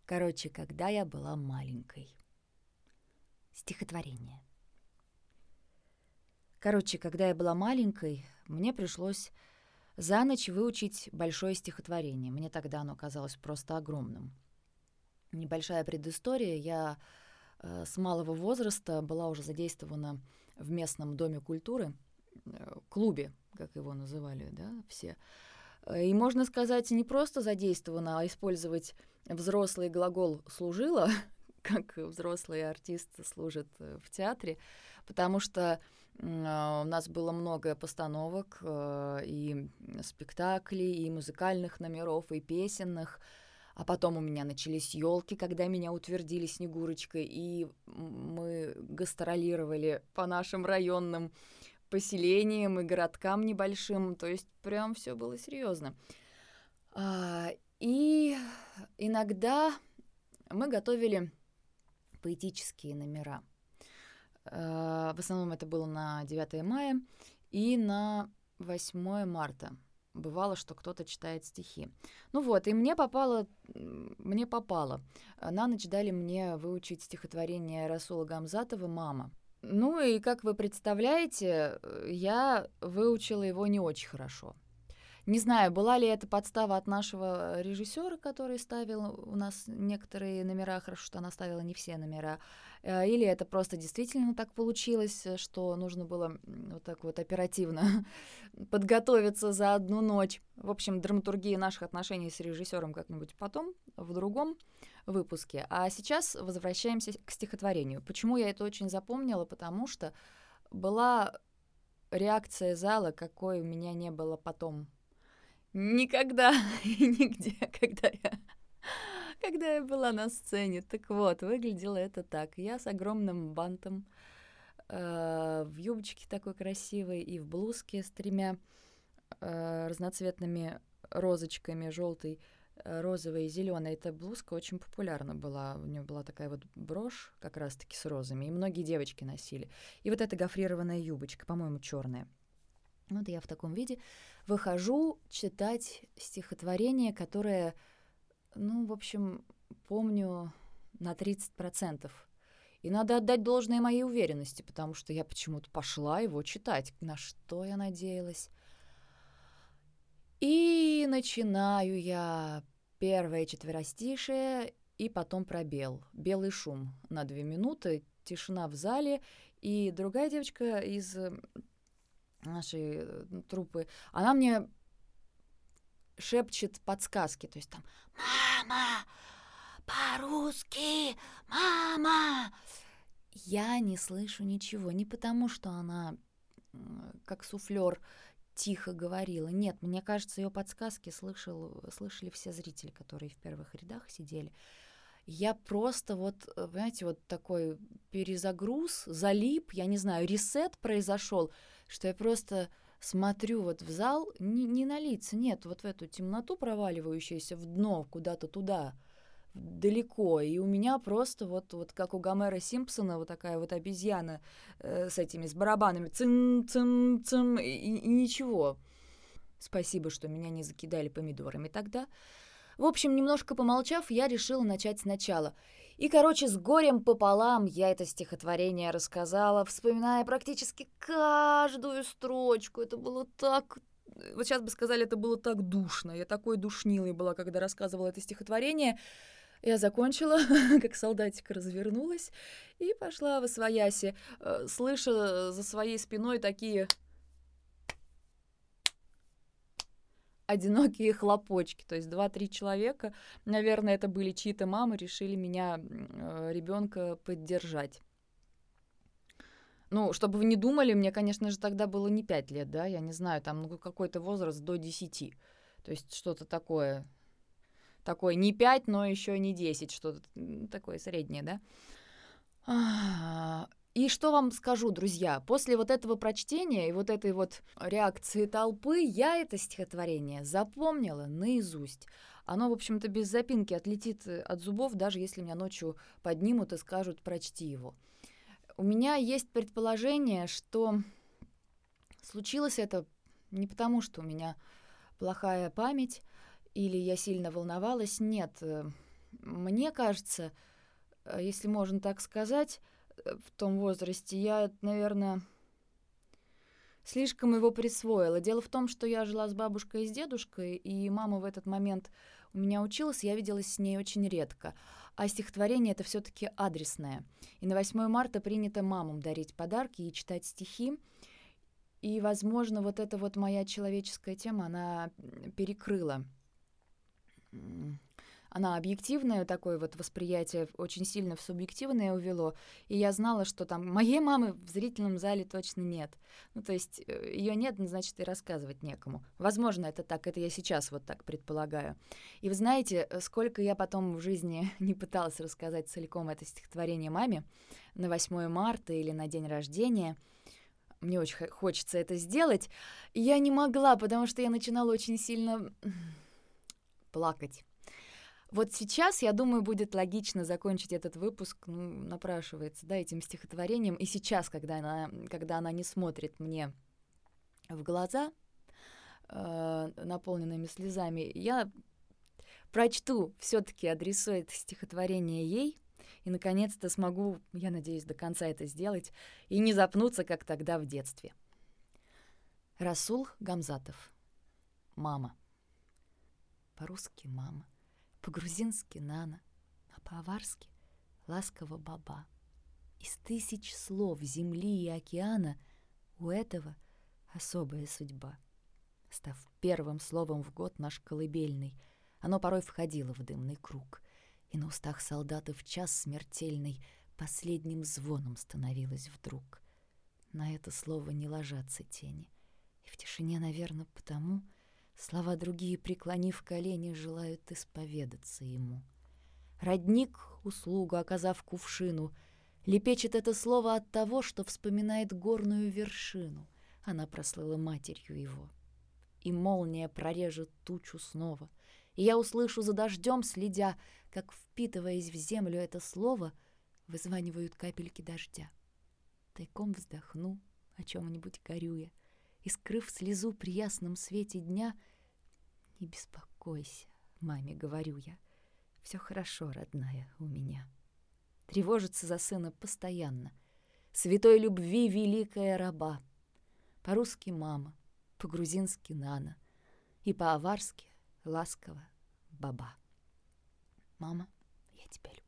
Короче, когда я была маленькой. Стихотворение. Короче, когда я была маленькой, мне пришлось за ночь выучить большое стихотворение. Мне тогда оно казалось просто огромным. Небольшая предыстория. Я с малого возраста была уже задействована в местном доме культуры, клубе, как его называли, да, все. И, можно сказать, не просто задействована, а использовать взрослый глагол «служила», как взрослый артист служит в театре, потому что у нас было много постановок и спектаклей, и музыкальных номеров, и песенных. А потом у меня начались елки, когда меня утвердили Снегурочкой, и мы гастролировали по нашим районным поселениям и городкам небольшим. То есть прям все было серьезно. И иногда мы готовили поэтические номера. В основном это было на 9 мая и на 8 марта. Бывало, что кто-то читает стихи. Ну вот, и мне попало. На ночь дали мне выучить стихотворение Расула Гамзатова «Мама». Ну и, как вы представляете, я выучила его не очень хорошо. Не знаю, была ли это подстава от нашего режиссера, который ставил у нас некоторые номера, хорошо, что она ставила не все номера, или это просто действительно так получилось, что нужно было вот так вот оперативно подготовиться за одну ночь. В общем, драматургия наших отношений с режиссером как-нибудь потом, в другом выпуске. А сейчас возвращаемся к стихотворению. Почему я это очень запомнила? Потому что была реакция зала, какой у меня не было потом. Никогда и нигде, когда я была на сцене. Так вот, выглядело это так. Я с огромным бантом, в юбочке такой красивой и в блузке с 3 разноцветными розочками, желтой, розовой и зеленой. Эта блузка очень популярна была. У нее была такая вот брошь как раз-таки с розами, и многие девочки носили. И вот эта гофрированная юбочка, по-моему, черная. Вот я в таком виде выхожу читать стихотворение, которое, ну, в общем, помню на 30%. И надо отдать должное моей уверенности, потому что я почему-то пошла его читать, на что я надеялась. И начинаю я первое четверостишее и потом пробел. Белый шум на 2 минуты, тишина в зале, и другая девочка из нашей труппы, она мне шепчет подсказки, то есть там «Мама! По-русски! Мама!» Я не слышу ничего, не потому что она, как суфлёр, тихо говорила. Нет, мне кажется, ее подсказки слышали все зрители, которые в первых рядах сидели. Я просто вот, понимаете, вот такой перезагруз, залип, я не знаю, ресет произошел, что я просто смотрю вот в зал, не на лица, нет, вот в эту темноту, проваливающуюся в дно, куда-то туда, далеко. И у меня просто вот как у Гомера Симпсона, вот такая вот обезьяна с этими, с барабанами, цим-цим-цим, и ничего. Спасибо, что меня не закидали помидорами тогда. В общем, немножко помолчав, я решила начать сначала. И, короче, с горем пополам я это стихотворение рассказала, вспоминая практически каждую строчку. Это было так... Вот сейчас бы сказали, это было так душно. Я такой душнилой была, когда рассказывала это стихотворение. Я закончила, как солдатика развернулась и пошла восвояси, слыша за своей спиной такие... одинокие хлопочки, то есть 2-3 человека, наверное, это были чьи-то мамы, решили меня, ребенка, поддержать. Ну, чтобы вы не думали, мне, конечно же, тогда было не 5 лет, да, я не знаю, там какой-то возраст до 10, то есть что-то такое не 5, но еще не 10, что-то такое среднее, да. И что вам скажу, друзья, после вот этого прочтения и вот этой вот реакции толпы я это стихотворение запомнила наизусть. Оно, в общем-то, без запинки отлетит от зубов, даже если меня ночью поднимут и скажут «прочти его». У меня есть предположение, что случилось это не потому, что у меня плохая память или я сильно волновалась. Нет, мне кажется, если можно так сказать, в том возрасте я, наверное, слишком его присвоила. Дело в том, что я жила с бабушкой и с дедушкой, и мама в этот момент у меня училась, я виделась с ней очень редко. А стихотворение — это все таки адресное. И на 8 марта принято мамам дарить подарки и читать стихи. И, возможно, вот эта вот моя человеческая тема, она перекрыла. Она объективное такое вот восприятие очень сильно в субъективное увело. И я знала, что там моей мамы в зрительном зале точно нет. Ну, то есть ее нет, ну, значит, и рассказывать некому. Возможно, это так, это я сейчас вот так предполагаю. И вы знаете, сколько я потом в жизни не пыталась рассказать целиком это стихотворение маме на 8 марта или на день рождения. Мне очень хочется это сделать. И я не могла, потому что я начинала очень сильно плакать. Вот сейчас, я думаю, будет логично закончить этот выпуск, напрашивается, да, этим стихотворением. И сейчас, когда она не смотрит мне в глаза, наполненными слезами, я прочту, все-таки адресую это стихотворение ей, и, наконец-то, смогу, я надеюсь, до конца это сделать, и не запнуться, как тогда в детстве. Расул Гамзатов. Мама. По-русски мама. По-грузински Нана, а по-аварски ласково баба. Из 1000 слов земли и океана у этого особая судьба. Став первым словом в год наш колыбельный, оно порой входило в дымный круг, и на устах солдата в час смертельный последним звоном становилось вдруг. На это слово не ложатся тени, и в тишине, наверное, потому слова другие, преклонив колени, желают исповедаться ему. Родник, услугу оказав кувшину, лепечет это слово от того, что вспоминает горную вершину. Она прослыла матерью его. И молния прорежет тучу снова, и я услышу за дождем следя, как, впитываясь в землю это слово, вызванивают капельки дождя. Тайком вздохну, о чем-нибудь горюя, и, скрыв слезу при ясном свете дня: «Не беспокойся, маме, — говорю я, — все хорошо, родная, у меня». Тревожится за сына постоянно, святой любви великая раба. По-русски мама, по-грузински Нана, и по-аварски ласково баба. Мама, я тебя люблю.